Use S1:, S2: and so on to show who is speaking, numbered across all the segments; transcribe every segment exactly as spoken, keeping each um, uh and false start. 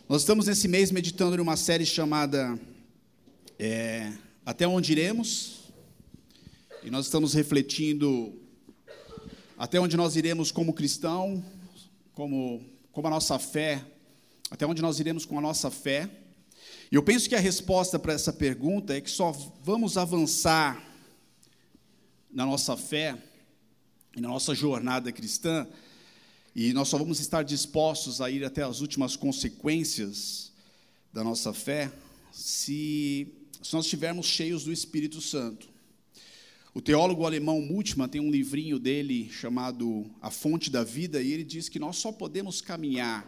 S1: Nós estamos nesse mês meditando em uma série chamada é, Até Onde Iremos, e nós estamos refletindo até onde nós iremos como cristão, como, como a nossa fé, até onde nós iremos com a nossa fé. E eu penso que a resposta para essa pergunta é que só vamos avançar na nossa fé e na nossa jornada cristã, e nós só vamos estar dispostos a ir até as últimas consequências da nossa fé se, se nós estivermos cheios do Espírito Santo. O teólogo alemão Bultmann tem um livrinho dele chamado A Fonte da Vida, e ele diz que nós só podemos caminhar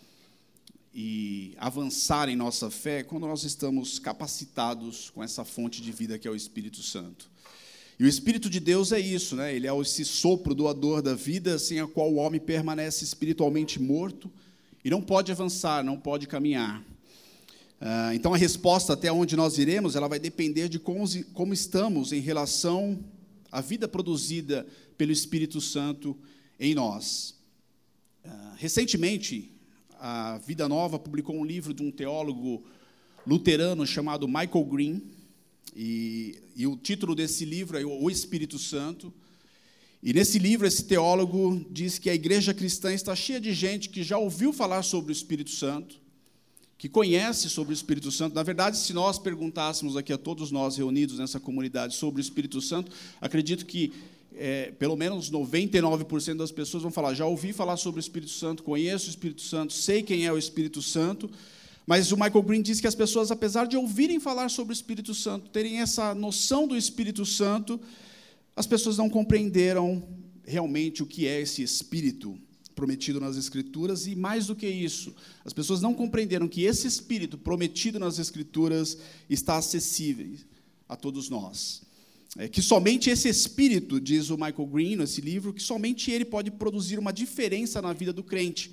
S1: e avançar em nossa fé quando nós estamos capacitados com essa fonte de vida que é o Espírito Santo. E o Espírito de Deus é isso, né? Ele é esse sopro doador da vida, sem a qual o homem permanece espiritualmente morto e não pode avançar, não pode caminhar. Ah, então, a resposta até onde nós iremos, ela vai depender de como, como estamos em relação à vida produzida pelo Espírito Santo em nós. Ah, recentemente, a Vida Nova publicou um livro de um teólogo luterano chamado Michael Green, e, e o título desse livro é O Espírito Santo. E nesse livro, esse teólogo diz que a igreja cristã está cheia de gente que já ouviu falar sobre o Espírito Santo, que conhece sobre o Espírito Santo. Na verdade, se nós perguntássemos aqui a todos nós reunidos nessa comunidade sobre o Espírito Santo, acredito que é, pelo menos noventa e nove por cento das pessoas vão falar: já ouvi falar sobre o Espírito Santo, conheço o Espírito Santo, sei quem é o Espírito Santo. Mas o Michael Green diz que as pessoas, apesar de ouvirem falar sobre o Espírito Santo, terem essa noção do Espírito Santo, as pessoas não compreenderam realmente o que é esse Espírito prometido nas Escrituras, e mais do que isso, as pessoas não compreenderam que esse Espírito prometido nas Escrituras está acessível a todos nós. É que somente esse Espírito, diz o Michael Green nesse livro, que somente ele pode produzir uma diferença na vida do crente.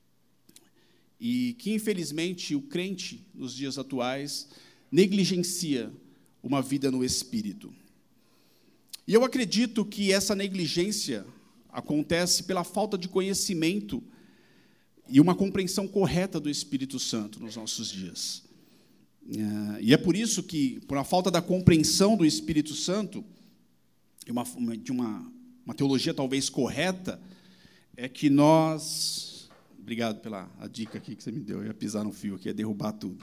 S1: E que, infelizmente, o crente, nos dias atuais, negligencia uma vida no Espírito. E eu acredito que essa negligência acontece pela falta de conhecimento e uma compreensão correta do Espírito Santo nos nossos dias. E é por isso que, por a falta da compreensão do Espírito Santo, de uma, de uma, uma teologia talvez correta, é que nós... Obrigado pela a dica aqui que você me deu, eu ia pisar no fio aqui, ia derrubar tudo.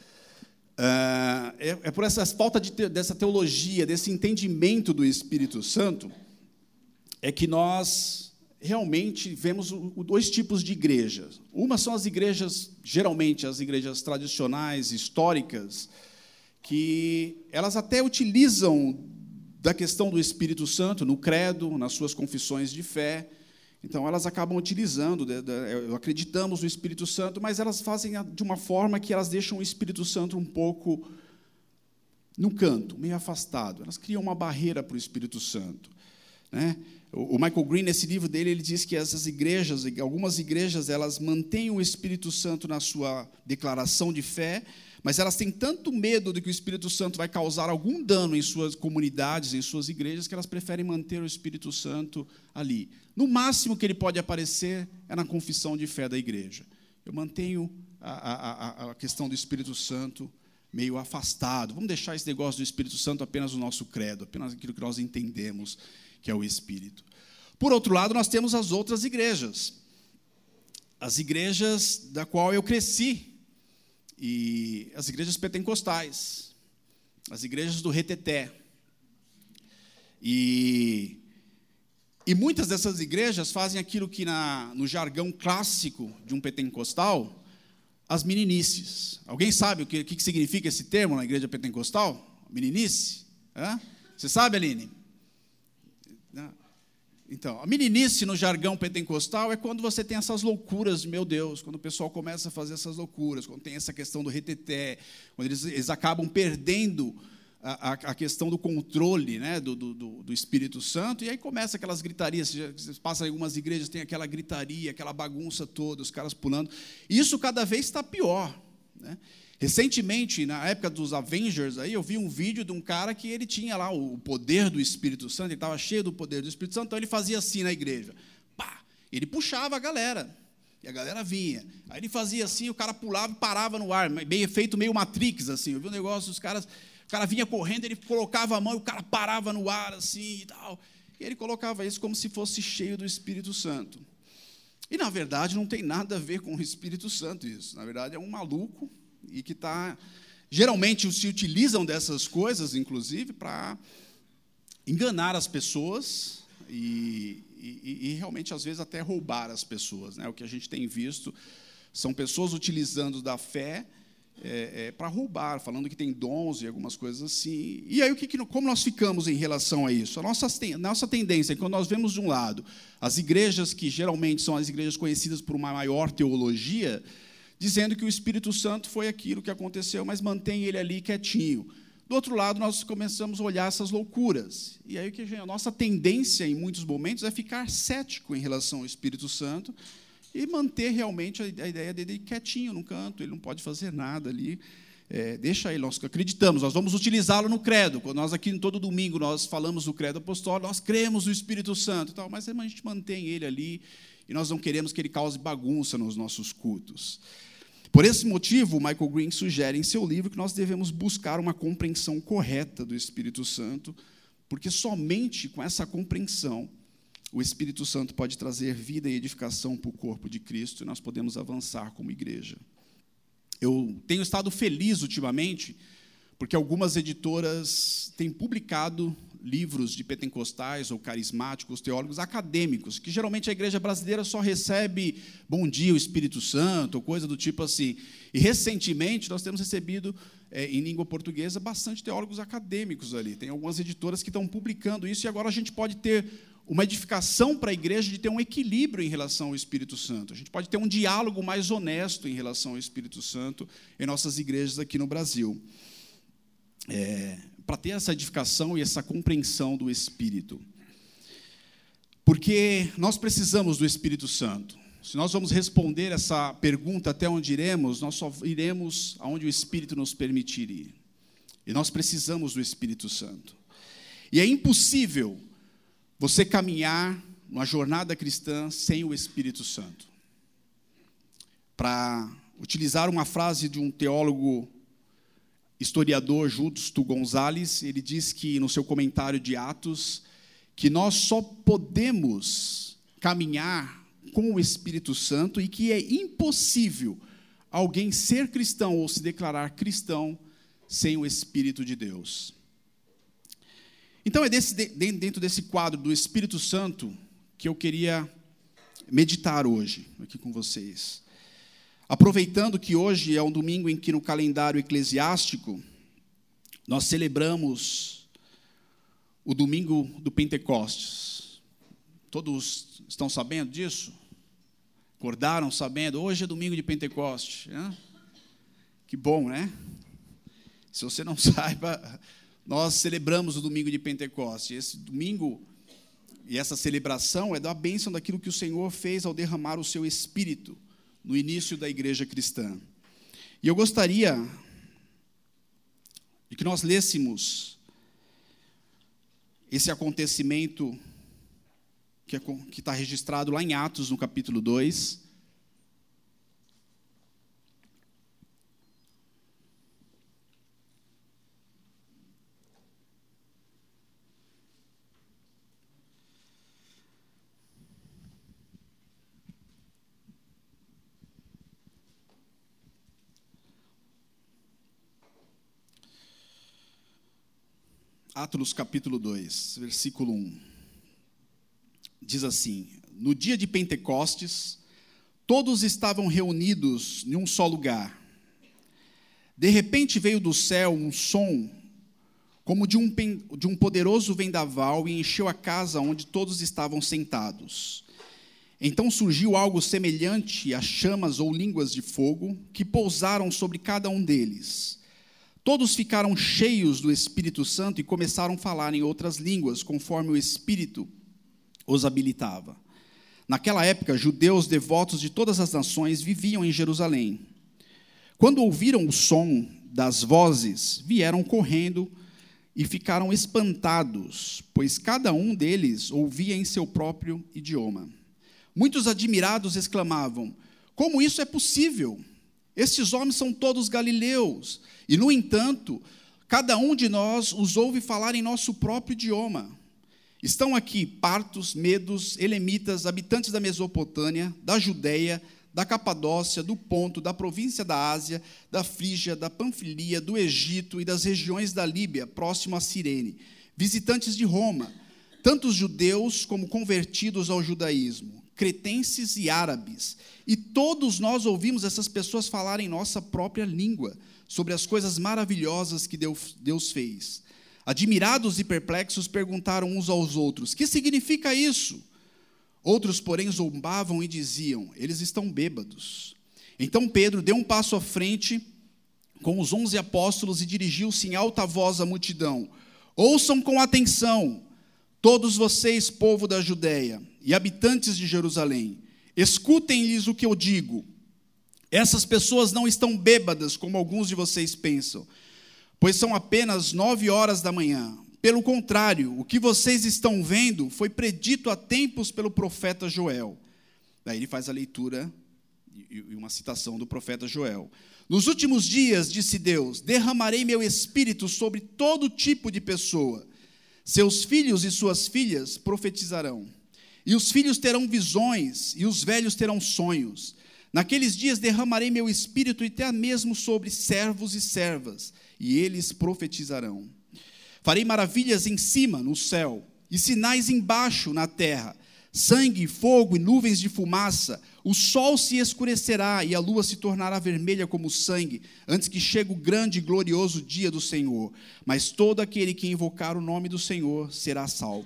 S1: É, é por essa falta de te, dessa teologia, desse entendimento do Espírito Santo, é que nós realmente vemos o, o, dois tipos de igrejas. Uma são as igrejas, geralmente as igrejas tradicionais, históricas, que elas até utilizam da questão do Espírito Santo no credo, nas suas confissões de fé. Então, elas acabam utilizando, acreditamos no Espírito Santo, mas elas fazem de uma forma que elas deixam o Espírito Santo um pouco no canto, meio afastado. Elas criam uma barreira para o Espírito Santo, né? O Michael Green, nesse livro dele, ele diz que essas igrejas, algumas igrejas, elas mantêm o Espírito Santo na sua declaração de fé, mas elas têm tanto medo de que o Espírito Santo vai causar algum dano em suas comunidades, em suas igrejas, que elas preferem manter o Espírito Santo ali. No máximo que ele pode aparecer é na confissão de fé da igreja. Eu mantenho a, a, a questão do Espírito Santo meio afastado. Vamos deixar esse negócio do Espírito Santo apenas no nosso credo, apenas aquilo que nós entendemos que é o Espírito. Por outro lado, nós temos as outras igrejas. As igrejas da qual eu cresci. E as igrejas pentecostais, as igrejas do reteté. E, e muitas dessas igrejas fazem aquilo que, na, no jargão clássico de um pentecostal, as meninices. Alguém sabe o que, o que significa esse termo na igreja pentecostal? Meninice? Hã? Você sabe, Aline? Então, a meninice no jargão pentecostal é quando você tem essas loucuras, meu Deus, quando o pessoal começa a fazer essas loucuras, quando tem essa questão do reteté, quando eles, eles acabam perdendo a, a, a questão do controle, né, do, do, do Espírito Santo, e aí começa aquelas gritarias. Você passa em algumas igrejas, tem aquela gritaria, aquela bagunça toda, os caras pulando. Isso cada vez está pior, né? Recentemente, na época dos Avengers, aí, eu vi um vídeo de um cara que ele tinha lá o poder do Espírito Santo, ele estava cheio do poder do Espírito Santo, então ele fazia assim na igreja. Pá! Ele puxava a galera. E a galera vinha. Aí ele fazia assim, o cara pulava e parava no ar, bem feito meio Matrix, assim. Eu vi um negócio, os caras, o cara vinha correndo, ele colocava a mão e o cara parava no ar, assim, e tal. E ele colocava isso como se fosse cheio do Espírito Santo. E, na verdade, não tem nada a ver com o Espírito Santo isso. Na verdade, é um maluco e que está... Geralmente, se utilizam dessas coisas, inclusive, para enganar as pessoas e, e, e, realmente, às vezes, até roubar as pessoas. Né? O que a gente tem visto são pessoas utilizando da fé é, é, para roubar, falando que tem dons e algumas coisas assim. E aí, o que, como nós ficamos em relação a isso? A nossa, a nossa tendência é que, quando nós vemos, de um lado, as igrejas que, geralmente, são as igrejas conhecidas por uma maior teologia, dizendo que o Espírito Santo foi aquilo que aconteceu, mas mantém ele ali quietinho. Do outro lado, nós começamos a olhar essas loucuras. E aí a nossa tendência, em muitos momentos, é ficar cético em relação ao Espírito Santo e manter realmente a ideia dele quietinho no canto, ele não pode fazer nada ali. É, deixa ele, nós acreditamos, nós vamos utilizá-lo no credo. Quando nós aqui, todo domingo, nós falamos do credo apostólico, nós cremos no Espírito Santo, e tal, mas a gente mantém ele ali e nós não queremos que ele cause bagunça nos nossos cultos. Por esse motivo, Michael Green sugere em seu livro que nós devemos buscar uma compreensão correta do Espírito Santo, porque somente com essa compreensão o Espírito Santo pode trazer vida e edificação para o corpo de Cristo e nós podemos avançar como igreja. Eu tenho estado feliz ultimamente, porque algumas editoras têm publicado livros de pentecostais ou carismáticos, teólogos acadêmicos, que geralmente a igreja brasileira só recebe bom dia, o Espírito Santo, ou coisa do tipo assim. E, recentemente, nós temos recebido, é, em língua portuguesa, bastante teólogos acadêmicos ali. Tem algumas editoras que estão publicando isso, e agora a gente pode ter uma edificação para a igreja de ter um equilíbrio em relação ao Espírito Santo. A gente pode ter um diálogo mais honesto em relação ao Espírito Santo em nossas igrejas aqui no Brasil. É, para ter essa edificação e essa compreensão do Espírito. Porque nós precisamos do Espírito Santo. Se nós vamos responder essa pergunta até onde iremos, nós só iremos aonde o Espírito nos permitir ir. E nós precisamos do Espírito Santo. E é impossível você caminhar numa jornada cristã sem o Espírito Santo. Para utilizar uma frase de um teólogo historiador Justo Gonzalez, ele diz que, no seu comentário de Atos, que nós só podemos caminhar com o Espírito Santo e que é impossível alguém ser cristão ou se declarar cristão sem o Espírito de Deus. Então, é desse, dentro desse quadro do Espírito Santo que eu queria meditar hoje aqui com vocês. Aproveitando que hoje é um domingo em que no calendário eclesiástico nós celebramos o domingo do Pentecostes. Todos estão sabendo disso? Acordaram sabendo? Hoje é domingo de Pentecostes. Né? Que bom, né? Se você não saiba, nós celebramos o domingo de Pentecostes. Esse domingo e essa celebração é da bênção daquilo que o Senhor fez ao derramar o seu Espírito no início da igreja cristã. E eu gostaria de que nós lêssemos esse acontecimento que é, que está registrado lá em Atos, no capítulo dois. Atos capítulo dois, versículo um, diz assim: no dia de Pentecostes, todos estavam reunidos em um só lugar. De repente veio do céu um som, como de um, de um poderoso vendaval, e encheu a casa onde todos estavam sentados. Então surgiu algo semelhante a chamas ou línguas de fogo, que pousaram sobre cada um deles. Todos ficaram cheios do Espírito Santo e começaram a falar em outras línguas, conforme o Espírito os habilitava. Naquela época, judeus devotos de todas as nações viviam em Jerusalém. Quando ouviram o som das vozes, vieram correndo e ficaram espantados, pois cada um deles ouvia em seu próprio idioma. Muitos admirados exclamavam: como isso é possível? Estes homens são todos galileus, e, no entanto, cada um de nós os ouve falar em nosso próprio idioma. Estão aqui partos, medos, elemitas, habitantes da Mesopotâmia, da Judeia, da Capadócia, do Ponto, da província da Ásia, da Frígia, da Panfilia, do Egito e das regiões da Líbia, próximo a Cirene, visitantes de Roma, tanto judeus como convertidos ao judaísmo, cretenses e árabes. E todos nós ouvimos essas pessoas falarem nossa própria língua sobre as coisas maravilhosas que Deus fez. Admirados e perplexos, perguntaram uns aos outros: que significa isso? Outros, porém, zombavam e diziam: eles estão bêbados. Então Pedro deu um passo à frente com os onze apóstolos e dirigiu-se em alta voz à multidão: ouçam com atenção, todos vocês, povo da Judeia e habitantes de Jerusalém, escutem-lhes o que eu digo. Essas pessoas não estão bêbadas, como alguns de vocês pensam, pois são apenas nove horas da manhã. Pelo contrário, o que vocês estão vendo foi predito há tempos pelo profeta Joel. Daí ele faz a leitura e uma citação do profeta Joel. Nos últimos dias, disse Deus, derramarei meu espírito sobre todo tipo de pessoa. Seus filhos e suas filhas profetizarão. E os filhos terão visões, e os velhos terão sonhos. Naqueles dias derramarei meu espírito até mesmo sobre servos e servas, e eles profetizarão. Farei maravilhas em cima, no céu, e sinais embaixo, na terra, sangue, fogo e nuvens de fumaça. O sol se escurecerá e a lua se tornará vermelha como sangue, antes que chegue o grande e glorioso dia do Senhor. Mas todo aquele que invocar o nome do Senhor será salvo.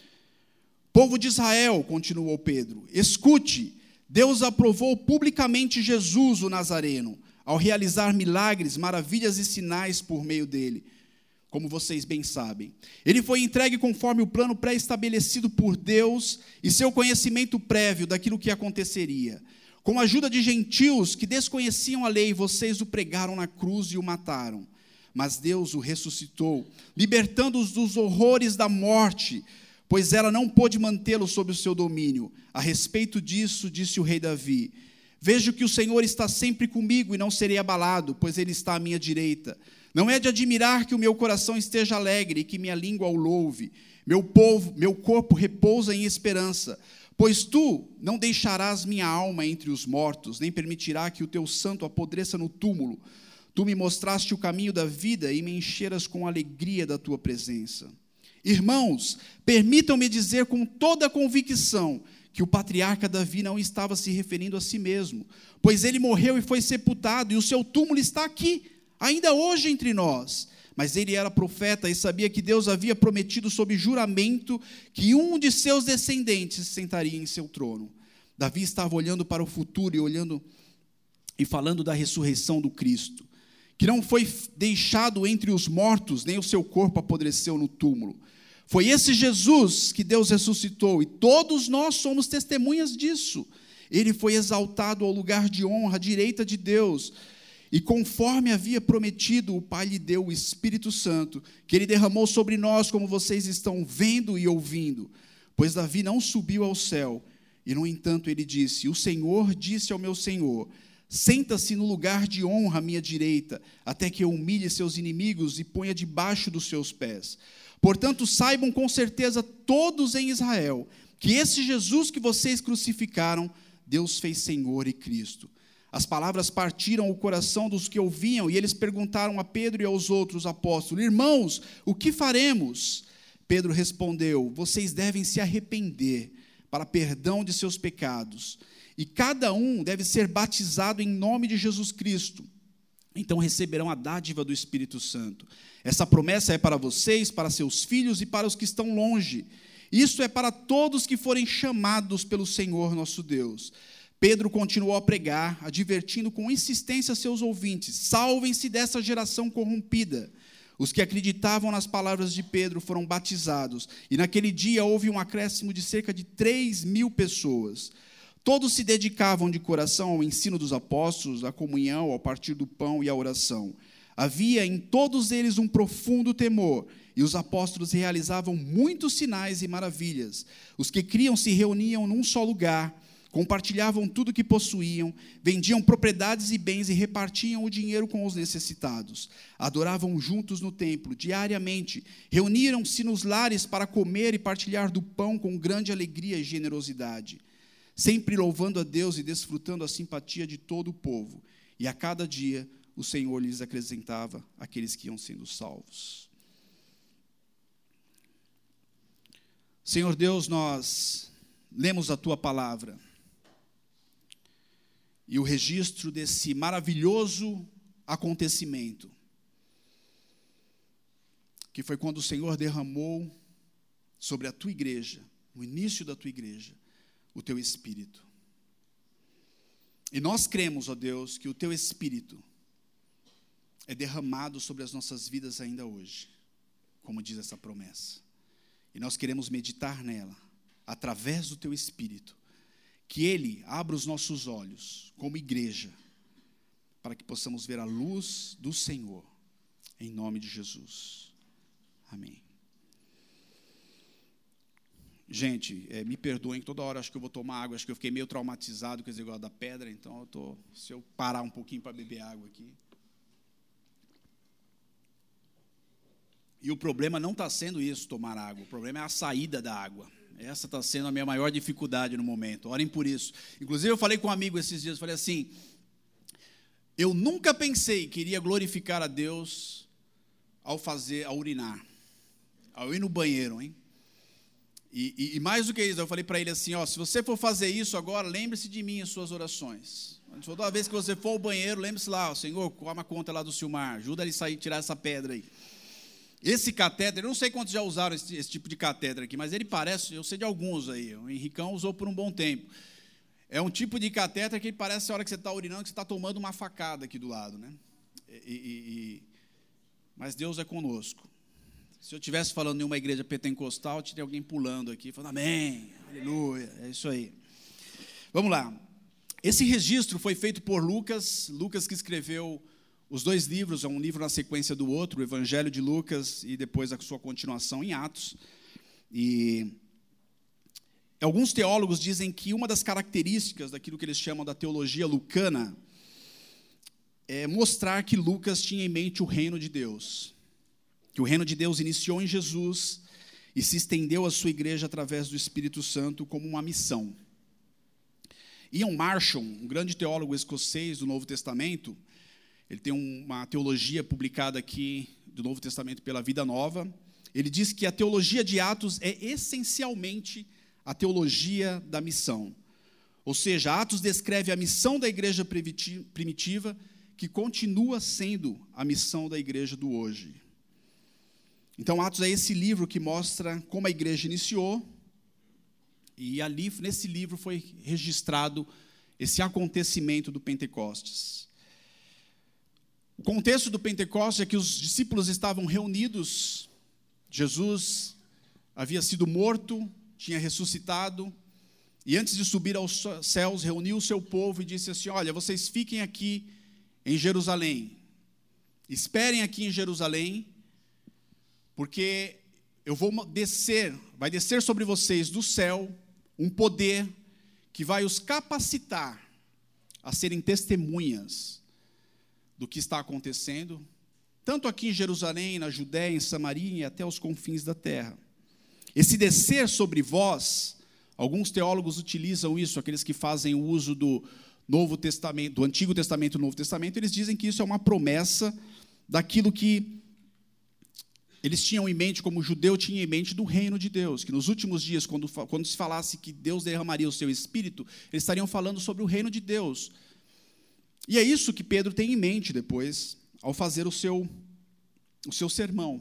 S1: Povo de Israel, continuou Pedro, escute, Deus aprovou publicamente Jesus, o Nazareno, ao realizar milagres, maravilhas e sinais por meio dele. Como vocês bem sabem, ele foi entregue conforme o plano pré-estabelecido por Deus e seu conhecimento prévio daquilo que aconteceria. Com a ajuda de gentios que desconheciam a lei, vocês o pregaram na cruz e o mataram. Mas Deus o ressuscitou, libertando-os dos horrores da morte, pois ela não pôde mantê-lo sob o seu domínio. A respeito disso, disse o rei Davi: vejo que o Senhor está sempre comigo e não serei abalado, pois ele está à minha direita. Não é de admirar que o meu coração esteja alegre e que minha língua o louve. Meu povo, meu corpo repousa em esperança, pois tu não deixarás minha alma entre os mortos, nem permitirá que o teu santo apodreça no túmulo. Tu me mostraste o caminho da vida e me encheras com a alegria da tua presença. Irmãos, permitam-me dizer com toda a convicção que o patriarca Davi não estava se referindo a si mesmo, pois ele morreu e foi sepultado, e o seu túmulo está aqui, ainda hoje entre nós. Mas ele era profeta e sabia que Deus havia prometido sob juramento que um de seus descendentes sentaria em seu trono. Davi estava olhando para o futuro e olhando e falando da ressurreição do Cristo, que não foi deixado entre os mortos, nem o seu corpo apodreceu no túmulo. Foi esse Jesus que Deus ressuscitou, e todos nós somos testemunhas disso. Ele foi exaltado ao lugar de honra, à direita de Deus, e conforme havia prometido, o Pai lhe deu o Espírito Santo, que ele derramou sobre nós, como vocês estão vendo e ouvindo. Pois Davi não subiu ao céu, e no entanto ele disse: o Senhor disse ao meu Senhor: senta-se no lugar de honra à minha direita, até que eu humilhe seus inimigos e ponha debaixo dos seus pés. Portanto, saibam com certeza todos em Israel, que esse Jesus que vocês crucificaram, Deus fez Senhor e Cristo. As palavras partiram o coração dos que ouviam, e eles perguntaram a Pedro e aos outros apóstolos: irmãos, o que faremos? Pedro respondeu: vocês devem se arrepender para perdão de seus pecados, e cada um deve ser batizado em nome de Jesus Cristo. Então receberão a dádiva do Espírito Santo. Essa promessa é para vocês, para seus filhos e para os que estão longe. Isso é para todos que forem chamados pelo Senhor nosso Deus. Pedro continuou a pregar, advertindo com insistência seus ouvintes: salvem-se dessa geração corrompida. Os que acreditavam nas palavras de Pedro foram batizados, e naquele dia houve um acréscimo de cerca de três mil pessoas. Todos se dedicavam de coração ao ensino dos apóstolos, à comunhão, ao partir do pão e à oração. Havia em todos eles um profundo temor, e os apóstolos realizavam muitos sinais e maravilhas. Os que criam se reuniam num só lugar. compartilhavam tudo o que possuíam, vendiam propriedades e bens e repartiam o dinheiro com os necessitados. Adoravam juntos no templo, diariamente, reuniram-se nos lares para comer e partilhar do pão com grande alegria e generosidade, sempre louvando a Deus e desfrutando a simpatia de todo o povo. E a cada dia o Senhor lhes acrescentava aqueles que iam sendo salvos. Senhor Deus, nós lemos a Tua palavra e o registro desse maravilhoso acontecimento, que foi quando o Senhor derramou sobre a Tua igreja, no início da Tua igreja, o Teu Espírito. E nós cremos, ó Deus, que o Teu Espírito é derramado sobre as nossas vidas ainda hoje, como diz essa promessa. E nós queremos meditar nela, através do Teu Espírito, que Ele abra os nossos olhos, como igreja, para que possamos ver a luz do Senhor, em nome de Jesus. Amém. Gente, é, me perdoem, toda hora acho que eu vou tomar água, acho que eu fiquei meio traumatizado com esse negócio da pedra, então eu tô, se eu parar um pouquinho para beber água aqui. E o problema não está sendo isso, tomar água, o problema é a saída da água. Essa está sendo a minha maior dificuldade no momento, orem por isso. Inclusive eu falei com um amigo esses dias, falei assim, eu nunca pensei que iria glorificar a Deus ao fazer, ao urinar, ao ir no banheiro, hein? E, e, e mais do que isso, eu falei para ele assim, ó, se você for fazer isso agora, lembre-se de mim em suas orações. Toda vez que você for ao banheiro, lembre-se lá, ó, Senhor, toma conta lá do Silmar, ajuda ele a sair, tirar essa pedra aí. Esse catéter, eu não sei quantos já usaram esse, esse tipo de catéter aqui, mas ele parece, eu sei de alguns aí, o Henricão usou por um bom tempo. É um tipo de catéter que parece a hora que você está urinando, que você está tomando uma facada aqui do lado, né? E, e, e, mas Deus é conosco. Se eu estivesse falando em uma igreja pentecostal, teria alguém pulando aqui, falando amém, aleluia, é isso aí. Vamos lá. Esse registro foi feito por Lucas, Lucas que escreveu os dois livros, é um livro na sequência do outro, o Evangelho de Lucas e depois a sua continuação em Atos. E alguns teólogos dizem que uma das características daquilo que eles chamam da teologia lucana é mostrar que Lucas tinha em mente o reino de Deus. Que o reino de Deus iniciou em Jesus e se estendeu à sua igreja através do Espírito Santo como uma missão. Ian Marshall, um grande teólogo escocês do Novo Testamento, ele tem uma teologia publicada aqui do Novo Testamento pela Vida Nova. Ele diz que a teologia de Atos é essencialmente a teologia da missão. Ou seja, Atos descreve a missão da igreja primitiva, que continua sendo a missão da igreja do hoje. Então, Atos é esse livro que mostra como a igreja iniciou, e ali, nesse livro, foi registrado esse acontecimento do Pentecostes. O contexto do Pentecostes é que os discípulos estavam reunidos, Jesus havia sido morto, tinha ressuscitado, e antes de subir aos céus, reuniu o seu povo e disse assim, olha, vocês fiquem aqui em Jerusalém, esperem aqui em Jerusalém, porque eu vou descer, vai descer sobre vocês do céu um poder que vai os capacitar a serem testemunhas do que está acontecendo, tanto aqui em Jerusalém, na Judéia, em Samaria e até os confins da terra. Esse descer sobre vós, alguns teólogos utilizam isso, aqueles que fazem o uso do Novo Testamento, do Antigo Testamento e do Novo Testamento, eles dizem que isso é uma promessa daquilo que eles tinham em mente, como o judeu tinha em mente, do reino de Deus, que nos últimos dias, quando, quando se falasse que Deus derramaria o seu Espírito, eles estariam falando sobre o reino de Deus. E é isso que Pedro tem em mente depois, ao fazer o seu, o seu sermão.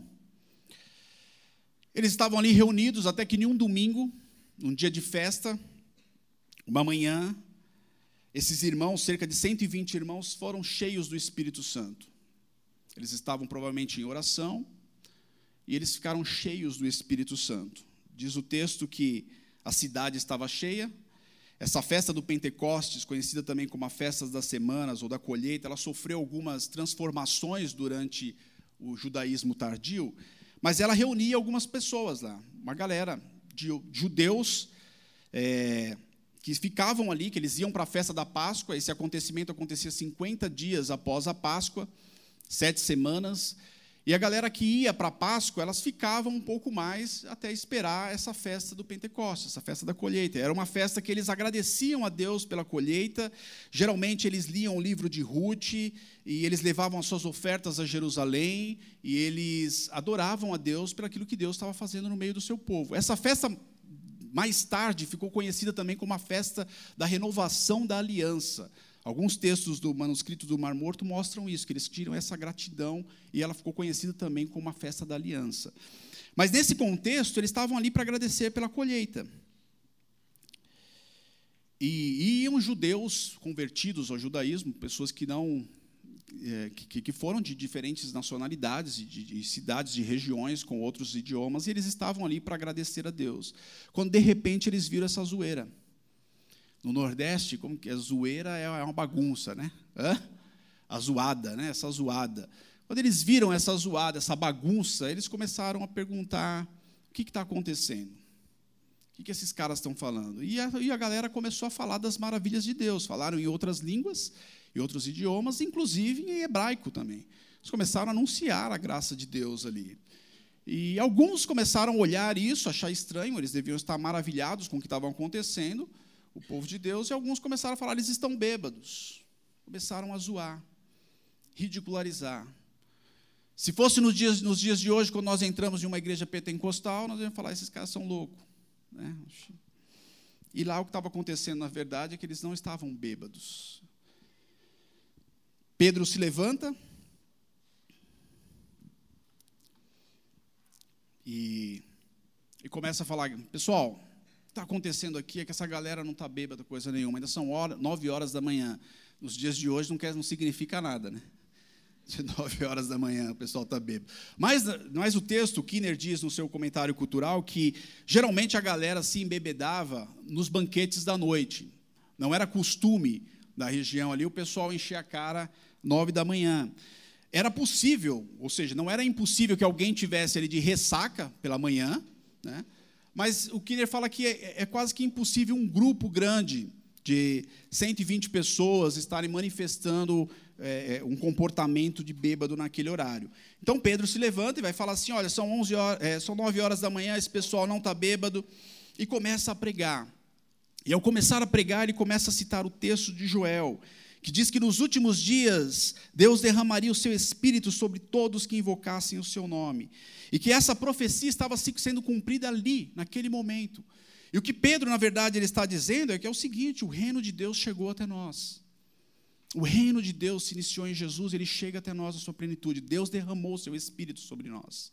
S1: Eles estavam ali reunidos até que em um domingo, um dia de festa, uma manhã, esses irmãos, cerca de cento e vinte irmãos, foram cheios do Espírito Santo. Eles estavam provavelmente em oração, e eles ficaram cheios do Espírito Santo. Diz o texto que a cidade estava cheia. Essa festa do Pentecostes, conhecida também como a festa das semanas ou da colheita, ela sofreu algumas transformações durante o judaísmo tardio, mas ela reunia algumas pessoas lá, uma galera de judeus é, que ficavam ali, que eles iam para a festa da Páscoa. Esse acontecimento acontecia cinquenta dias após a Páscoa, sete semanas. E a galera que ia para a Páscoa, elas ficavam um pouco mais até esperar essa festa do Pentecostes, essa festa da colheita. Era uma festa que eles agradeciam a Deus pela colheita. Geralmente eles liam o livro de Ruth e eles levavam as suas ofertas a Jerusalém e eles adoravam a Deus por aquilo que Deus estava fazendo no meio do seu povo. Essa festa, mais tarde, ficou conhecida também como a festa da renovação da aliança. Alguns textos do manuscrito do Mar Morto mostram isso, que eles tiram essa gratidão e ela ficou conhecida também como a festa da aliança. Mas, nesse contexto, eles estavam ali para agradecer pela colheita. E iam judeus convertidos ao judaísmo, pessoas que não é, que, que foram de diferentes nacionalidades, de, de cidades, de regiões com outros idiomas, e eles estavam ali para agradecer a Deus. Quando, de repente, eles viram essa zoeira. No Nordeste, como que a zoeira é uma bagunça, né? Hã? A zoada, né? Essa zoada. Quando eles viram essa zoada, essa bagunça, eles começaram a perguntar: o que está acontecendo? O que, que esses caras estão falando? E a, e a galera começou a falar das maravilhas de Deus. Falaram em outras línguas, em outros idiomas, inclusive em hebraico também. Eles começaram a anunciar a graça de Deus ali. E alguns começaram a olhar isso, achar estranho, eles deviam estar maravilhados com o que estava acontecendo, o povo de Deus, e alguns começaram a falar: eles estão bêbados. Começaram a zoar, ridicularizar. Se fosse nos dias, nos dias de hoje, quando nós entramos em uma igreja pentecostal, nós íamos falar: esses caras são loucos. Né? E lá o que estava acontecendo, na verdade, é que eles não estavam bêbados. Pedro se levanta e, e começa a falar: pessoal, o que está acontecendo aqui é que essa galera não está bêbada coisa nenhuma, ainda são hora, nove horas da manhã. Nos dias de hoje não, quer, não significa nada, né? De nove horas da manhã o pessoal está bêbado. Mas, mas o texto, o Kinner diz no seu comentário cultural que geralmente a galera se embebedava nos banquetes da noite. Não era costume da região ali o pessoal encher a cara nove da manhã. Era possível, ou seja, não era impossível que alguém tivesse ali de ressaca pela manhã, né? Mas o Kinner fala que é, é quase que impossível um grupo grande de cento e vinte pessoas estarem manifestando é, um comportamento de bêbado naquele horário. Então, Pedro se levanta e vai falar assim: olha, são, onze horas, é, são nove horas da manhã, esse pessoal não está bêbado, e começa a pregar. E, ao começar a pregar, ele começa a citar o texto de Joel, que diz que nos últimos dias Deus derramaria o seu Espírito sobre todos que invocassem o seu nome, e que essa profecia estava sendo cumprida ali, naquele momento. E o que Pedro, na verdade, ele está dizendo é que é o seguinte: o reino de Deus chegou até nós. O reino de Deus se iniciou em Jesus, ele chega até nós na sua plenitude. Deus derramou o seu Espírito sobre nós.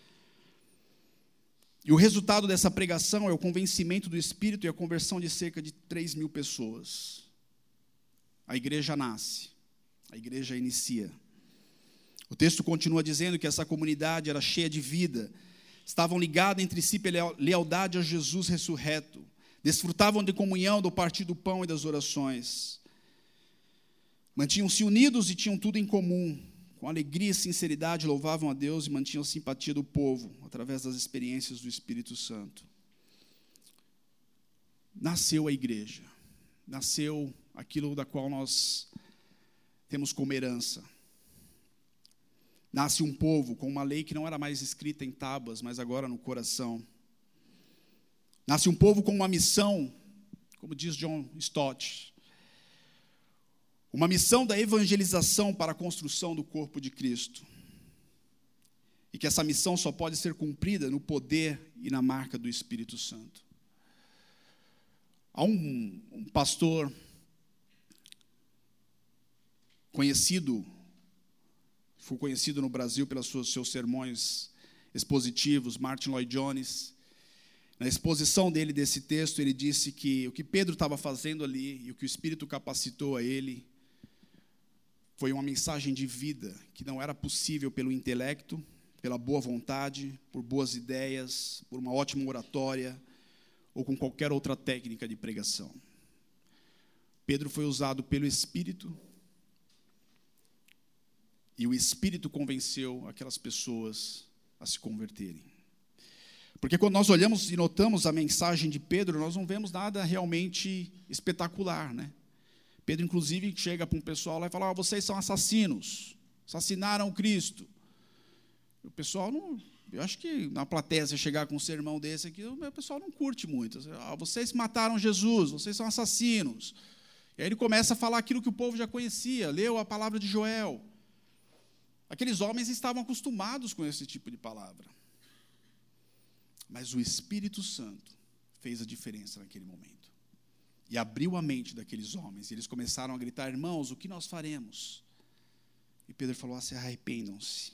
S1: E o resultado dessa pregação é o convencimento do Espírito e a conversão de cerca de três mil pessoas. A igreja nasce, a igreja inicia. O texto continua dizendo que essa comunidade era cheia de vida, estavam ligados entre si pela lealdade a Jesus ressurreto, desfrutavam de comunhão, do partir do pão e das orações. Mantinham-se unidos e tinham tudo em comum. Com alegria e sinceridade louvavam a Deus e mantinham a simpatia do povo, através das experiências do Espírito Santo. Nasceu a igreja. Nasceu aquilo da qual nós temos como herança. Nasce um povo com uma lei que não era mais escrita em tábuas, mas agora no coração. Nasce um povo com uma missão, como diz John Stott, uma missão da evangelização para a construção do corpo de Cristo. E que essa missão só pode ser cumprida no poder e na marca do Espírito Santo. Há um, um pastor conhecido, foi conhecido no Brasil pelos seus, seus sermões expositivos, Martin Lloyd Jones. Na exposição dele desse texto, ele disse que o que Pedro estava fazendo ali e o que o Espírito capacitou a ele foi uma mensagem de vida que não era possível pelo intelecto, pela boa vontade, por boas ideias, por uma ótima oratória ou com qualquer outra técnica de pregação. Pedro foi usado pelo Espírito e o Espírito convenceu aquelas pessoas a se converterem. Porque quando nós olhamos e notamos a mensagem de Pedro, nós não vemos nada realmente espetacular, né? Pedro, inclusive, chega para um pessoal lá e fala: ah, vocês são assassinos, assassinaram Cristo. O pessoal não... Eu acho que na plateia, você chegar com um sermão desse aqui, o pessoal não curte muito. Ah, vocês mataram Jesus, vocês são assassinos. E aí ele começa a falar aquilo que o povo já conhecia, leu a palavra de Joel. Aqueles homens estavam acostumados com esse tipo de palavra. Mas o Espírito Santo fez a diferença naquele momento. E abriu a mente daqueles homens. E eles começaram a gritar: irmãos, o que nós faremos? E Pedro falou: ah, se arrependam-se.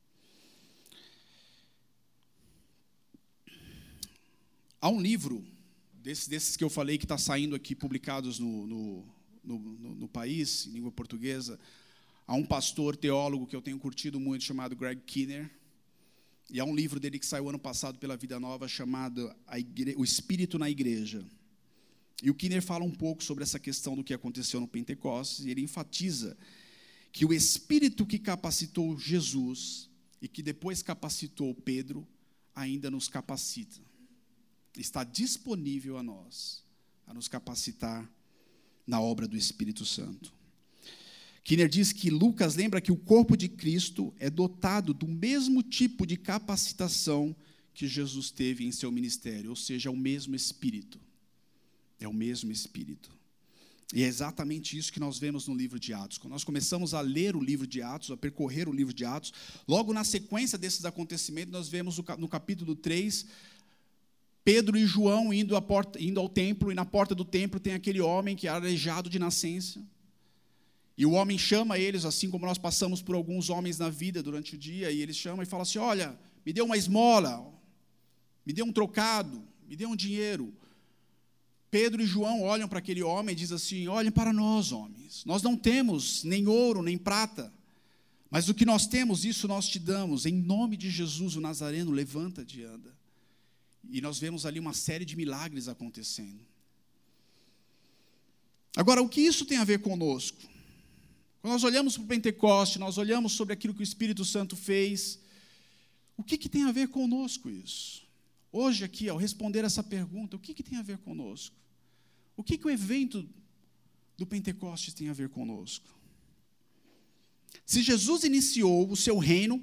S1: Há um livro, desses, desses que eu falei, que está saindo aqui, publicados no, no, no, no, no país, em língua portuguesa. Há um pastor teólogo que eu tenho curtido muito, chamado Greg Kinnear. E há um livro dele que saiu ano passado pela Vida Nova, chamado a Igre... O Espírito na Igreja. E o Kinnear fala um pouco sobre essa questão do que aconteceu no Pentecostes, e ele enfatiza que o Espírito que capacitou Jesus, e que depois capacitou Pedro, ainda nos capacita. Está disponível a nós, a nos capacitar na obra do Espírito Santo. Kinnear diz que Lucas lembra que o corpo de Cristo é dotado do mesmo tipo de capacitação que Jesus teve em seu ministério, ou seja, é o mesmo Espírito. É o mesmo Espírito. E é exatamente isso que nós vemos no livro de Atos. Quando nós começamos a ler o livro de Atos, a percorrer o livro de Atos, logo na sequência desses acontecimentos, nós vemos no capítulo três, Pedro e João indo, à porta, indo ao templo, e na porta do templo tem aquele homem que é aleijado de nascença. E o homem chama eles, assim como nós passamos por alguns homens na vida durante o dia, e eles chamam e falam assim: olha, me dê uma esmola, me dê um trocado, me dê um dinheiro. Pedro e João olham para aquele homem e dizem assim: olhem para nós, homens, nós não temos nem ouro, nem prata, mas o que nós temos, isso nós te damos, em nome de Jesus o Nazareno, levanta-te e anda. E nós vemos ali uma série de milagres acontecendo. Agora, o que isso tem a ver conosco? Quando nós olhamos para o Pentecoste, nós olhamos sobre aquilo que o Espírito Santo fez, o que, que tem a ver conosco isso? Hoje aqui, ao responder essa pergunta, o que, que tem a ver conosco? O que, que o evento do Pentecostes tem a ver conosco? Se Jesus iniciou o seu reino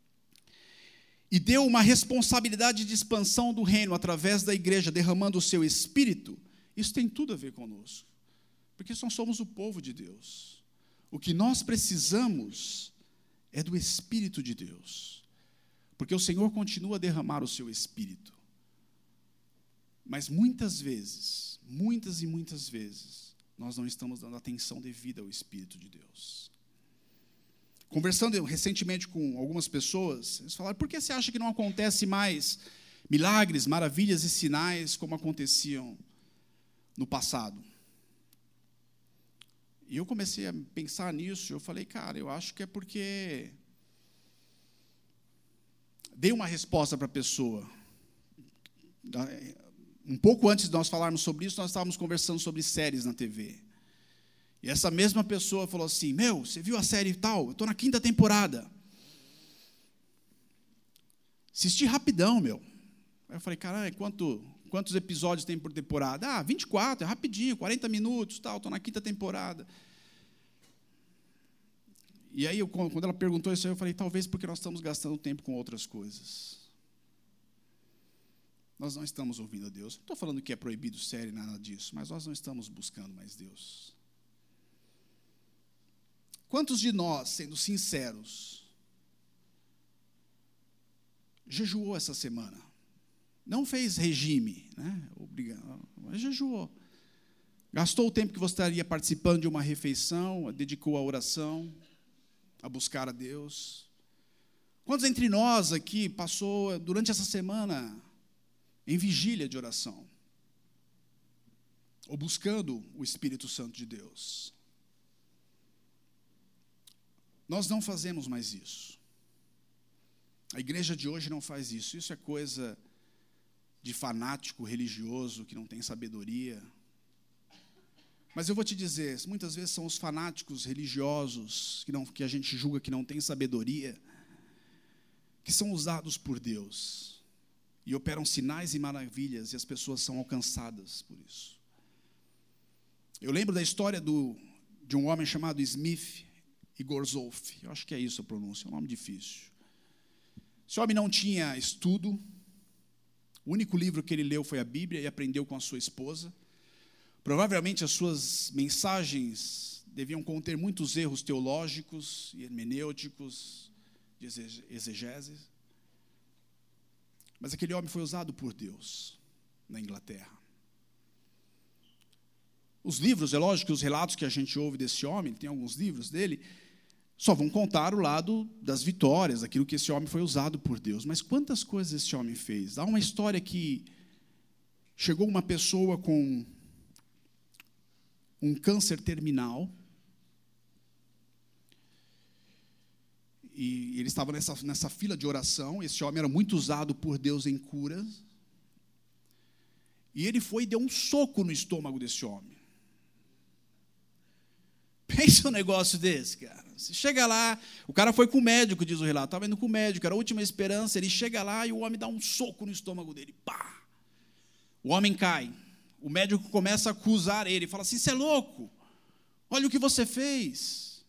S1: e deu uma responsabilidade de expansão do reino através da igreja, derramando o seu Espírito, isso tem tudo a ver conosco, porque nós somos o povo de Deus. O que nós precisamos é do Espírito de Deus, porque o Senhor continua a derramar o seu Espírito. Mas muitas vezes, muitas e muitas vezes, nós não estamos dando atenção devida ao Espírito de Deus. Conversando recentemente com algumas pessoas, eles falaram: por que você acha que não acontece mais milagres, maravilhas e sinais como aconteciam no passado? E eu comecei a pensar nisso, eu falei: cara, eu acho que é porque... Dei uma resposta para a pessoa. Um pouco antes de nós falarmos sobre isso, nós estávamos conversando sobre séries na T V. E essa mesma pessoa falou assim: meu, você viu a série tal? Eu estou na quinta temporada. Assisti rapidão, meu. Aí eu falei: caralho, quanto, quantos episódios tem por temporada? Ah, vinte e quatro, é rapidinho, quarenta minutos, tal, estou na quinta temporada. E aí, eu, quando ela perguntou isso aí, eu falei: talvez porque nós estamos gastando tempo com outras coisas. Nós não estamos ouvindo a Deus. Não estou falando que é proibido série, nada disso, mas nós não estamos buscando mais Deus. Quantos de nós, sendo sinceros, jejuou essa semana? Não fez regime, né? Obrigado, mas jejuou. Gastou o tempo que você estaria participando de uma refeição, dedicou à oração, a buscar a Deus. Quantos entre nós aqui passou durante essa semana em vigília de oração? Ou buscando o Espírito Santo de Deus? Nós não fazemos mais isso. A igreja de hoje não faz isso. Isso é coisa de fanático religioso que não tem sabedoria. Mas eu vou te dizer, muitas vezes são os fanáticos religiosos que, não, que a gente julga que não tem sabedoria, que são usados por Deus. e operam sinais e maravilhas, e as pessoas são alcançadas por isso. Eu lembro da história do, de um homem chamado Smith Wigglesworth. Eu acho que é isso a pronúncia, é um nome difícil. Esse homem não tinha estudo. O único livro que ele leu foi a Bíblia e aprendeu com a sua esposa. Provavelmente as suas mensagens deviam conter muitos erros teológicos e hermenêuticos, de exegese. Mas aquele homem foi usado por Deus na Inglaterra. Os livros, é lógico que os relatos que a gente ouve desse homem, tem alguns livros dele, só vão contar o lado das vitórias, daquilo que esse homem foi usado por Deus. Mas quantas coisas esse homem fez? Há uma história que chegou uma pessoa com um câncer terminal, e ele estava nessa, nessa fila de oração. Esse homem era muito usado por Deus em curas, e ele foi e deu um soco no estômago desse homem. Pensa um negócio desse, cara. Você chega lá, o cara foi com o médico, diz o relato, estava indo com o médico, era a última esperança, ele chega lá e o homem dá um soco no estômago dele. Pá! O homem cai. O médico começa a acusar ele, fala assim: você é louco, olha o que você fez.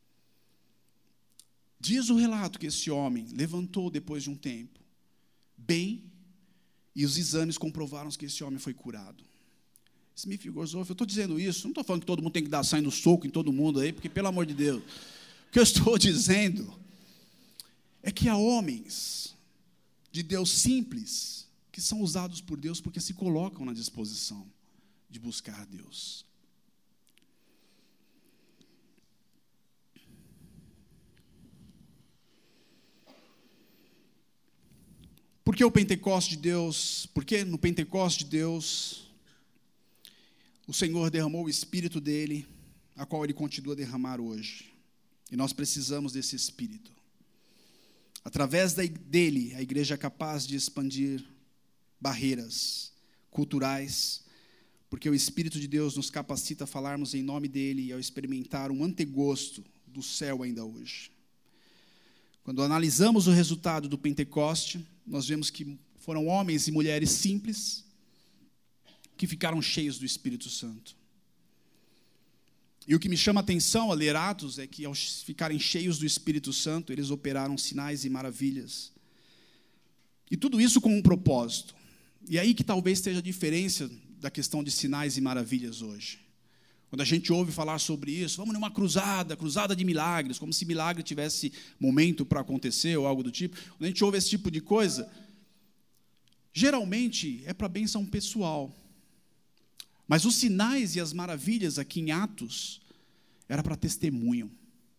S1: Diz o relato que esse homem levantou depois de um tempo, bem, e os exames comprovaram que esse homem foi curado. Smith Wigglesworth, eu estou dizendo isso, não estou falando que todo mundo tem que dar saindo soco em todo mundo aí, porque, pelo amor de Deus, o que eu estou dizendo é que há homens de Deus simples que são usados por Deus porque se colocam na disposição de buscar Deus. Por que o Pentecoste de Deus? Porque no Pentecoste de Deus o Senhor derramou o Espírito dele, a qual ele continua a derramar hoje. E nós precisamos desse Espírito. Através dele, a igreja é capaz de expandir barreiras culturais, porque o Espírito de Deus nos capacita a falarmos em nome dele e a experimentar um antegosto do céu ainda hoje. Quando analisamos o resultado do Pentecoste, nós vemos que foram homens e mulheres simples, que ficaram cheios do Espírito Santo. E o que me chama a atenção a ler Atos é que, ao ficarem cheios do Espírito Santo, eles operaram sinais e maravilhas. E tudo isso com um propósito. E aí que talvez esteja a diferença da questão de sinais e maravilhas hoje. Quando a gente ouve falar sobre isso, vamos numa cruzada, cruzada de milagres, como se milagre tivesse momento para acontecer ou algo do tipo. Quando a gente ouve esse tipo de coisa, geralmente é para bênção pessoal. Mas os sinais e as maravilhas aqui em Atos era para testemunho.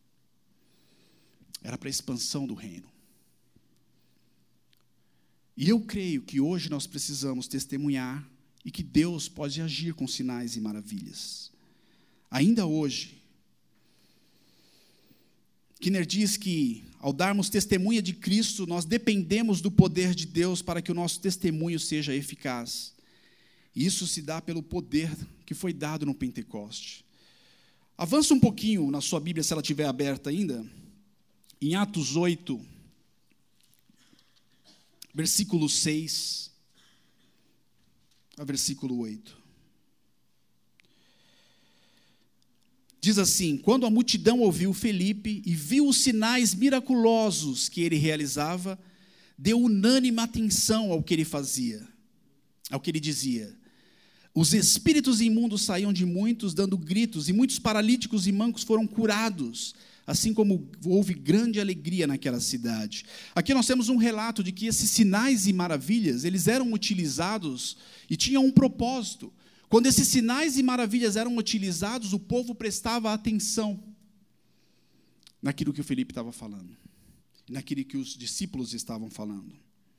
S1: Era para a expansão do reino. E eu creio que hoje nós precisamos testemunhar e que Deus pode agir com sinais e maravilhas. Ainda hoje, Kinner diz que, ao darmos testemunha de Cristo, nós dependemos do poder de Deus para que o nosso testemunho seja eficaz. Isso se dá pelo poder que foi dado no Pentecoste. Avança um pouquinho na sua Bíblia, se ela estiver aberta ainda, em Atos oito, versículo seis a versículo oito. Diz assim: quando a multidão ouviu Felipe e viu os sinais miraculosos que ele realizava, deu unânime atenção ao que ele fazia, ao que ele dizia. Os espíritos imundos saíam de muitos, dando gritos, e muitos paralíticos e mancos foram curados, assim como houve grande alegria naquela cidade. Aqui nós temos um relato de que esses sinais e maravilhas, eles eram utilizados e tinham um propósito. Quando esses sinais e maravilhas eram utilizados, o povo prestava atenção naquilo que o Felipe estava falando, naquilo que os discípulos estavam falando.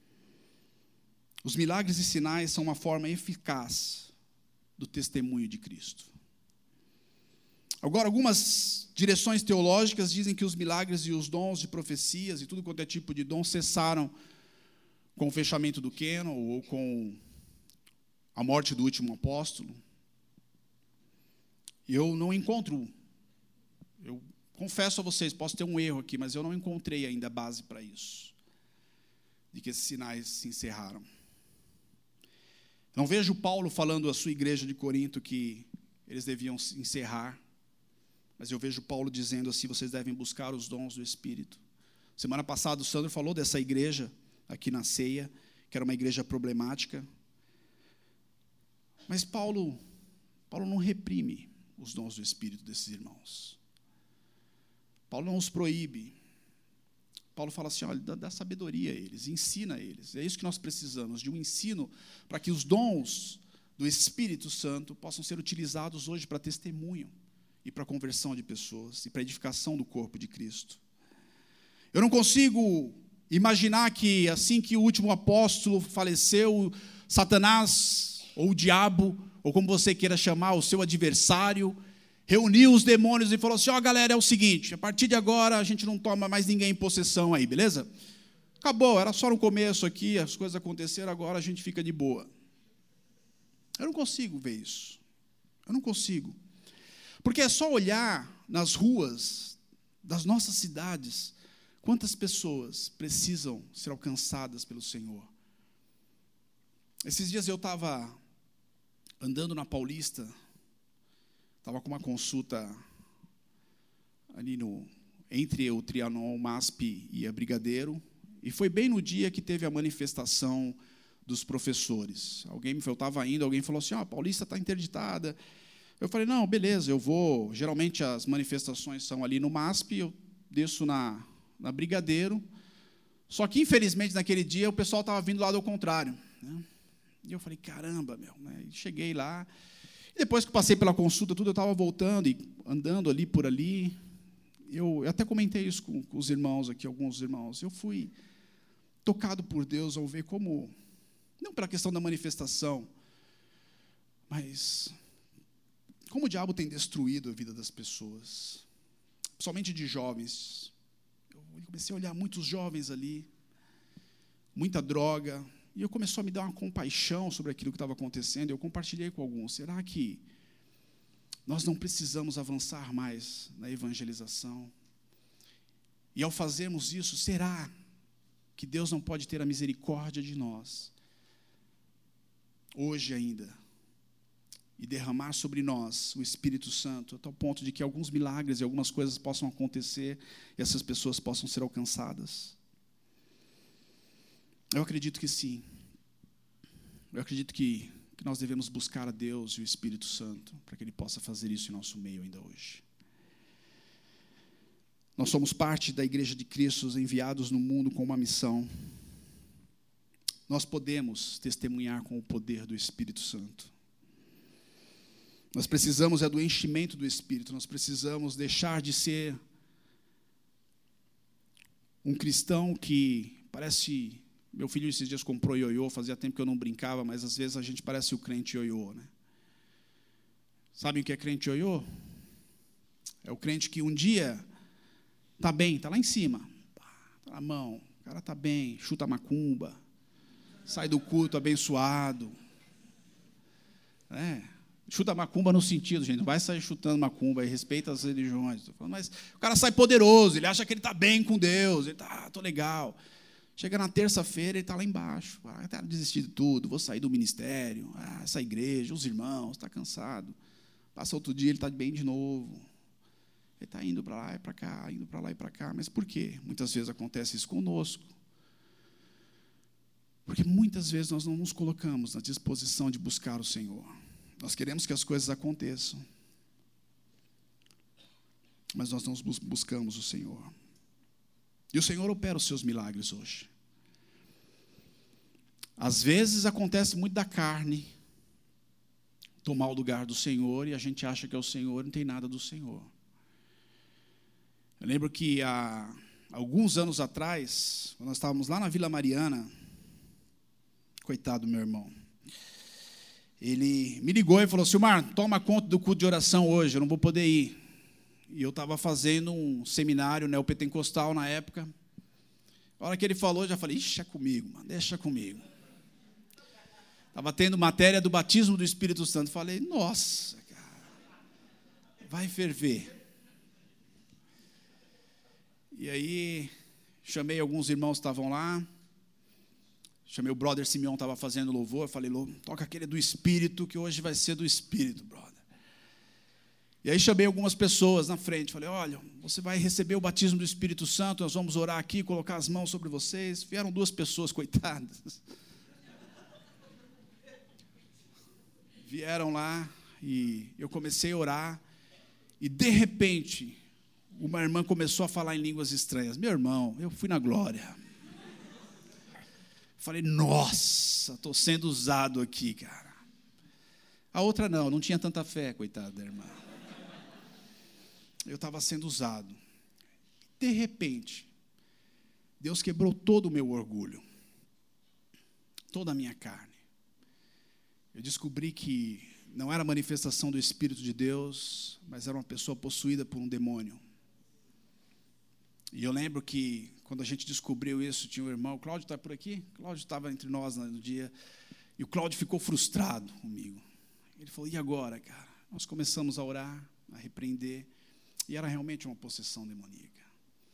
S1: Os milagres e sinais são uma forma eficaz do testemunho de Cristo. Agora, algumas direções teológicas dizem que os milagres e os dons de profecias e tudo quanto é tipo de dom cessaram com o fechamento do Cânon ou com a morte do último apóstolo. Eu não encontro, eu confesso a vocês, posso ter um erro aqui, mas eu não encontrei ainda base para isso, de que esses sinais se encerraram. Não vejo Paulo falando à sua igreja de Corinto que eles deviam encerrar, mas eu vejo Paulo dizendo assim: vocês devem buscar os dons do Espírito. Semana passada o Sandro falou dessa igreja aqui na ceia, que era uma igreja problemática. Mas Paulo, Paulo não reprime os dons do Espírito desses irmãos. Paulo não os proíbe. Paulo fala assim: olha, dá, dá sabedoria a eles, ensina a eles. É isso que nós precisamos, de um ensino para que os dons do Espírito Santo possam ser utilizados hoje para testemunho e para conversão de pessoas e para edificação do corpo de Cristo. Eu não consigo imaginar que assim que o último apóstolo faleceu, Satanás ou o diabo, ou como você queira chamar, o seu adversário, reuniu os demônios e falou assim: ó, galera, é o seguinte, a partir de agora a gente não toma mais ninguém em possessão aí, beleza? Acabou, era só no começo aqui, as coisas aconteceram, agora a gente fica de boa. Eu não consigo ver isso. Eu não consigo. Porque é só olhar nas ruas das nossas cidades, quantas pessoas precisam ser alcançadas pelo Senhor. Esses dias eu estava andando na Paulista, estava com uma consulta ali no, entre o Trianon, o MASP e a Brigadeiro, e foi bem no dia que teve a manifestação dos professores. Alguém me falou, eu estava indo, alguém falou assim: ó, a Paulista está interditada. Eu falei: não, beleza, eu vou. Geralmente as manifestações são ali no MASP, eu desço na, na Brigadeiro. Só que, infelizmente, naquele dia o pessoal estava vindo lá do contrário, né? E eu falei: caramba, meu, né? E cheguei lá. E depois que passei pela consulta, tudo, eu estava voltando e andando ali por ali. Eu, eu até comentei isso com, com os irmãos aqui, alguns irmãos. Eu fui tocado por Deus ao ver como, não pela questão da manifestação, mas como o diabo tem destruído a vida das pessoas, principalmente de jovens. Eu comecei a olhar muitos jovens ali, muita droga, e eu começou a me dar uma compaixão sobre aquilo que estava acontecendo. Eu compartilhei com alguns: será que nós não precisamos avançar mais na evangelização? E ao fazermos isso, será que Deus não pode ter a misericórdia de nós, hoje ainda, e derramar sobre nós o Espírito Santo, a tal ponto de que alguns milagres e algumas coisas possam acontecer e essas pessoas possam ser alcançadas? Eu acredito que sim. Eu acredito que, que nós devemos buscar a Deus e o Espírito Santo para que Ele possa fazer isso em nosso meio ainda hoje. Nós somos parte da Igreja de Cristo, enviados no mundo com uma missão. Nós podemos testemunhar com o poder do Espírito Santo. Nós precisamos é do enchimento do Espírito. Nós precisamos deixar de ser um cristão que parece... Meu filho esses dias comprou ioiô, fazia tempo que eu não brincava, mas às vezes a gente parece o crente ioiô, né? Sabem o que é crente ioiô? É o crente que um dia está bem, está lá em cima, está na mão, o cara está bem, chuta macumba, sai do culto abençoado. É, chuta macumba no sentido, gente, não vai sair chutando macumba, e respeita as religiões. Estou falando, mas o cara sai poderoso, ele acha que ele está bem com Deus, ele está, estou legal. Chega na terça-feira, ele está lá embaixo. Ah, tá, desisti de tudo, vou sair do ministério, ah, essa igreja, os irmãos, está cansado. Passa outro dia, ele está bem de novo. Ele está indo para lá e para cá, indo para lá e para cá. Mas por quê? Muitas vezes acontece isso conosco. Porque muitas vezes nós não nos colocamos na disposição de buscar o Senhor. Nós queremos que as coisas aconteçam, mas nós não buscamos o Senhor. E o Senhor opera os seus milagres hoje. Às vezes acontece muito da carne tomar o lugar do Senhor e a gente acha que é o Senhor e não tem nada do Senhor. Eu lembro que há alguns anos atrás, quando nós estávamos lá na Vila Mariana, coitado do meu irmão, ele me ligou e falou: Silmar, toma conta do culto de oração hoje, eu não vou poder ir. E eu estava fazendo um seminário neopentecostal na época. A hora que ele falou, eu já falei: ixi, é comigo, mano, deixa comigo. Estava tendo matéria do batismo do Espírito Santo. Falei: nossa, cara, vai ferver. E aí, chamei alguns irmãos que estavam lá. Chamei o brother Simeão, estava fazendo louvor. Eu falei, toca aquele do Espírito, que hoje vai ser do Espírito, brother. E aí chamei algumas pessoas na frente. Falei, olha, você vai receber o batismo do Espírito Santo, nós vamos orar aqui, colocar as mãos sobre vocês. Vieram duas pessoas, coitadas. Vieram lá e eu comecei a orar. E, de repente, uma irmã começou a falar em línguas estranhas. Meu irmão, eu fui na glória. Falei, nossa, estou sendo usado aqui, cara. A outra não, não tinha tanta fé, coitada da irmã. Eu estava sendo usado. De repente, Deus quebrou todo o meu orgulho, toda a minha carne. Eu descobri que não era manifestação do Espírito de Deus, mas era uma pessoa possuída por um demônio. E eu lembro que, quando a gente descobriu isso, tinha um irmão, o Cláudio está por aqui? O Cláudio estava entre nós no dia, e o Cláudio ficou frustrado comigo. Ele falou, e agora, cara? Nós começamos a orar, a repreender, e era realmente uma possessão demoníaca.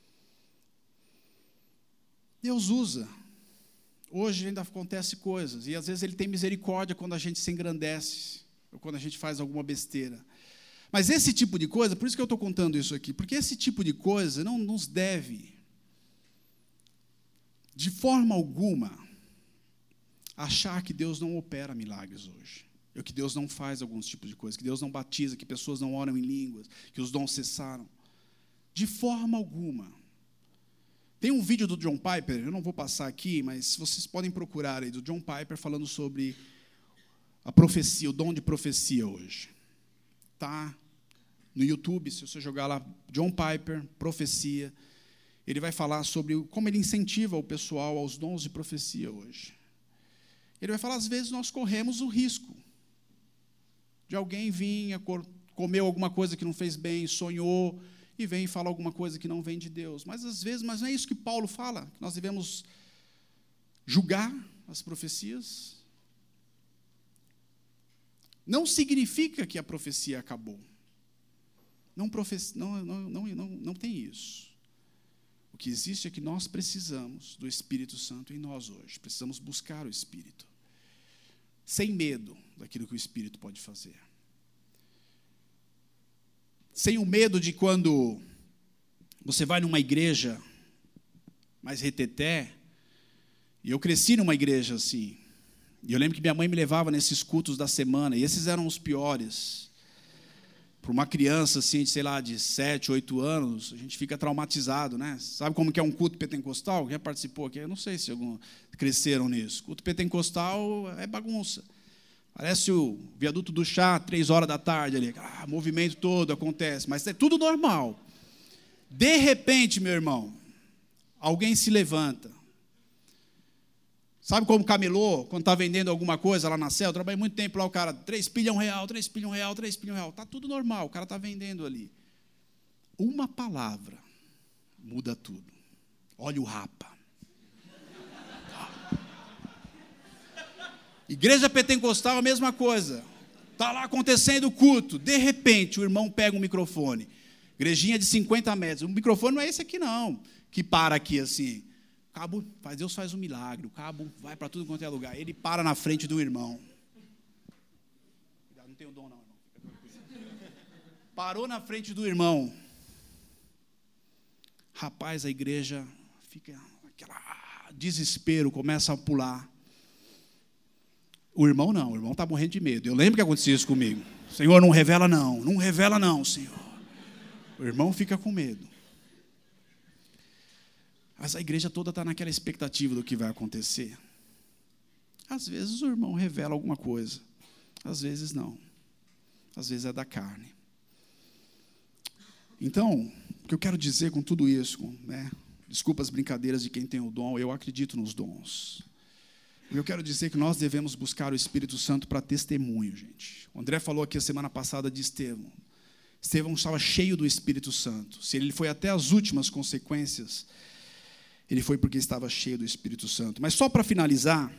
S1: Deus usa. Hoje ainda acontece coisas, e às vezes Ele tem misericórdia quando a gente se engrandece, ou quando a gente faz alguma besteira. Mas esse tipo de coisa, por isso que eu estou contando isso aqui, porque esse tipo de coisa não nos deve, de forma alguma, achar que Deus não opera milagres hoje, ou que Deus não faz alguns tipos de coisas, que Deus não batiza, que pessoas não oram em línguas, que os dons cessaram. De forma alguma. Tem um vídeo do John Piper, eu não vou passar aqui, mas vocês podem procurar aí, do John Piper falando sobre a profecia, o dom de profecia hoje. Tá no YouTube, se você jogar lá, John Piper, profecia, ele vai falar sobre como ele incentiva o pessoal aos dons de profecia hoje. Ele vai falar, às vezes nós corremos o risco de alguém vir, comeu alguma coisa que não fez bem, sonhou, e vem e fala alguma coisa que não vem de Deus. Mas, às vezes, mas não é isso que Paulo fala, que nós devemos julgar as profecias. Não significa que a profecia acabou. Não, profe- não, não, não, não, não tem isso. O que existe é que nós precisamos do Espírito Santo em nós hoje. Precisamos buscar o Espírito. Sem medo daquilo que o Espírito pode fazer. Sem o medo de quando você vai numa igreja mais reteté. E eu cresci numa igreja assim. E eu lembro que minha mãe me levava nesses cultos da semana, e esses eram os piores. Para uma criança, assim, de, sei lá, de sete, oito anos, a gente fica traumatizado, né? Sabe como que é um culto pentecostal? Quem já participou aqui? Eu não sei se alguns cresceram nisso. Culto pentecostal é bagunça. Parece o viaduto do chá, três horas da tarde ali. Ah, movimento todo acontece, mas é tudo normal. De repente, meu irmão, alguém se levanta. Sabe como camelô, quando está vendendo alguma coisa lá na Cel? Eu trabalhei muito tempo lá, o cara, três pilhão real, três pilhão real, três pilhão real. Está tudo normal, o cara está vendendo ali. Uma palavra muda tudo. Olha o rapa. Igreja pentecostal, a mesma coisa. Está lá acontecendo o culto. De repente, o irmão pega um microfone. Igrejinha de cinquenta metros. O microfone não é esse aqui, não, que para aqui assim. O cabo, Deus faz um milagre, o cabo vai para tudo quanto é lugar. Ele para na frente do irmão. Não tenho dom, não, irmão. Parou na frente do irmão. Rapaz, a igreja fica aquela desespero, começa a pular. O irmão não, o irmão está morrendo de medo. Eu lembro que acontecia isso comigo. Senhor, não revela não, não revela não, Senhor. O irmão fica com medo. Mas a igreja toda está naquela expectativa do que vai acontecer. Às vezes o irmão revela alguma coisa, às vezes não. Às vezes é da carne. Então, o que eu quero dizer com tudo isso, né? Desculpa as brincadeiras de quem tem o dom, eu acredito nos dons. O que eu quero dizer é que nós devemos buscar o Espírito Santo para testemunho, gente. O André falou aqui a semana passada de Estevão. Estevão estava cheio do Espírito Santo. Se ele foi até as últimas consequências, ele foi porque estava cheio do Espírito Santo. Mas só para finalizar,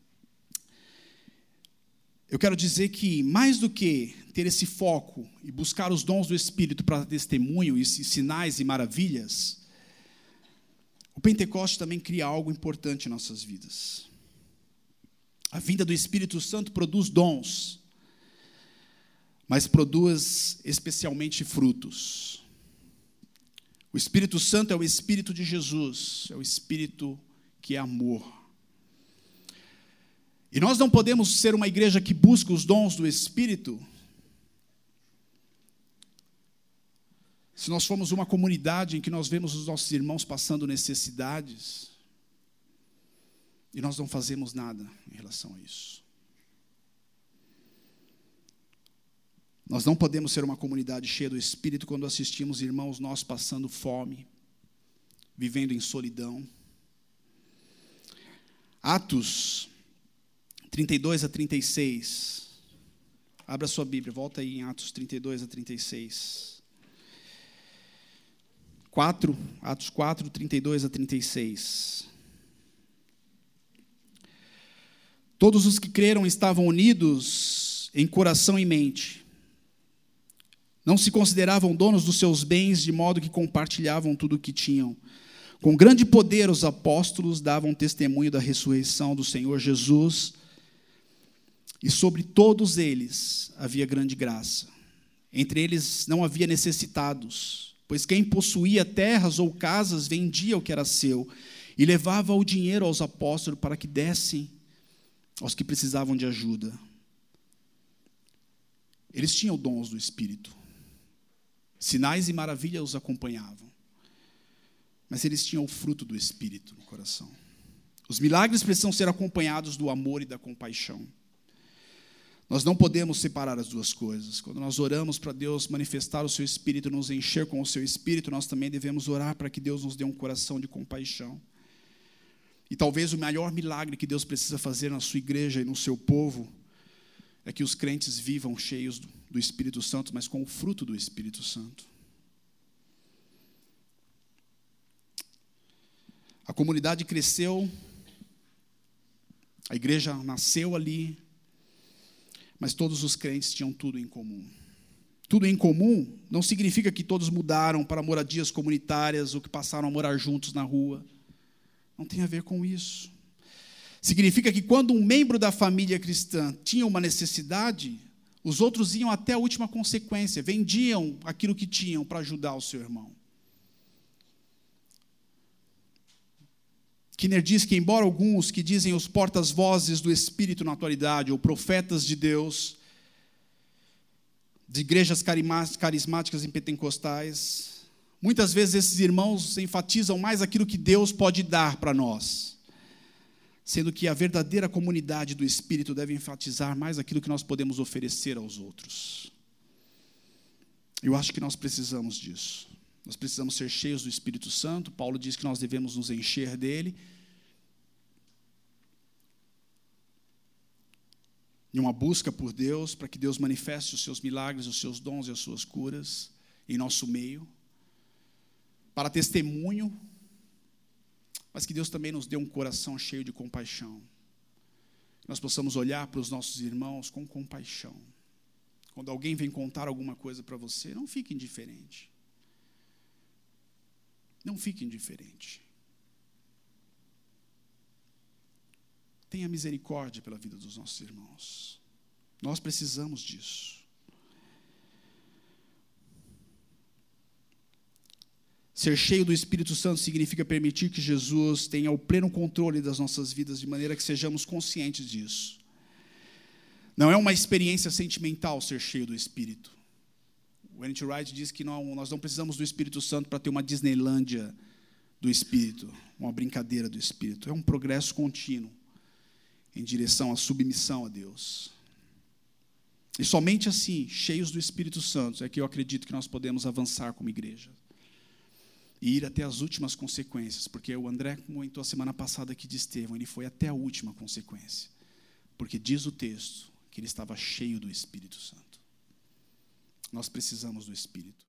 S1: eu quero dizer que, mais do que ter esse foco e buscar os dons do Espírito para testemunho e sinais e maravilhas, o Pentecoste também cria algo importante em nossas vidas. A vinda do Espírito Santo produz dons, mas produz especialmente frutos. O Espírito Santo é o Espírito de Jesus, é o Espírito que é amor. E nós não podemos ser uma igreja que busca os dons do Espírito se nós formos uma comunidade em que nós vemos os nossos irmãos passando necessidades e nós não fazemos nada em relação a isso. Nós não podemos ser uma comunidade cheia do Espírito quando assistimos irmãos nossos passando fome, vivendo em solidão. Atos trinta e dois a trinta e seis. Abra sua Bíblia, volta aí em Atos trinta e dois a trinta e seis. quatro, Atos quatro, trinta e dois a trinta e seis. Todos os que creram estavam unidos em coração e mente. Não se consideravam donos dos seus bens, de modo que compartilhavam tudo o que tinham. Com grande poder, os apóstolos davam testemunho da ressurreição do Senhor Jesus, e sobre todos eles havia grande graça. Entre eles não havia necessitados, pois quem possuía terras ou casas vendia o que era seu e levava o dinheiro aos apóstolos para que dessem aos que precisavam de ajuda. Eles tinham dons do Espírito. Sinais e maravilhas os acompanhavam. Mas eles tinham o fruto do Espírito no coração. Os milagres precisam ser acompanhados do amor e da compaixão. Nós não podemos separar as duas coisas. Quando nós oramos para Deus manifestar o seu Espírito, nos encher com o seu Espírito, nós também devemos orar para que Deus nos dê um coração de compaixão. E talvez o maior milagre que Deus precisa fazer na sua igreja e no seu povo é que os crentes vivam cheios do Espírito Santo, mas com o fruto do Espírito Santo. A comunidade cresceu, a igreja nasceu ali, mas todos os crentes tinham tudo em comum. Tudo em comum não significa que todos mudaram para moradias comunitárias ou que passaram a morar juntos na rua. Não tem a ver com isso. Significa que quando um membro da família cristã tinha uma necessidade, os outros iam até a última consequência, vendiam aquilo que tinham para ajudar o seu irmão. Kinner diz que, embora alguns que dizem os portas-vozes do Espírito na atualidade, ou profetas de Deus, de igrejas carismáticas e pentecostais, muitas vezes esses irmãos enfatizam mais aquilo que Deus pode dar para nós, sendo que a verdadeira comunidade do Espírito deve enfatizar mais aquilo que nós podemos oferecer aos outros. Eu acho que nós precisamos disso. Nós precisamos ser cheios do Espírito Santo. Paulo diz que nós devemos nos encher dele. Em uma busca por Deus, para que Deus manifeste os seus milagres, os seus dons e as suas curas em nosso meio. Para testemunho, mas que Deus também nos dê um coração cheio de compaixão. Que nós possamos olhar para os nossos irmãos com compaixão. Quando alguém vem contar alguma coisa para você, não fique indiferente. Não fique indiferente. Tenha misericórdia pela vida dos nossos irmãos. Nós precisamos disso. Ser cheio do Espírito Santo significa permitir que Jesus tenha o pleno controle das nossas vidas, de maneira que sejamos conscientes disso. Não é uma experiência sentimental ser cheio do Espírito. O N T Wright diz que não, nós não precisamos do Espírito Santo para ter uma Disneylândia do Espírito, uma brincadeira do Espírito. É um progresso contínuo em direção à submissão a Deus. E somente assim, cheios do Espírito Santo, é que eu acredito que nós podemos avançar como igreja. E ir até as últimas consequências, porque o André comentou a semana passada aqui de Estevão, ele foi até a última consequência, porque diz o texto que ele estava cheio do Espírito Santo. Nós precisamos do Espírito.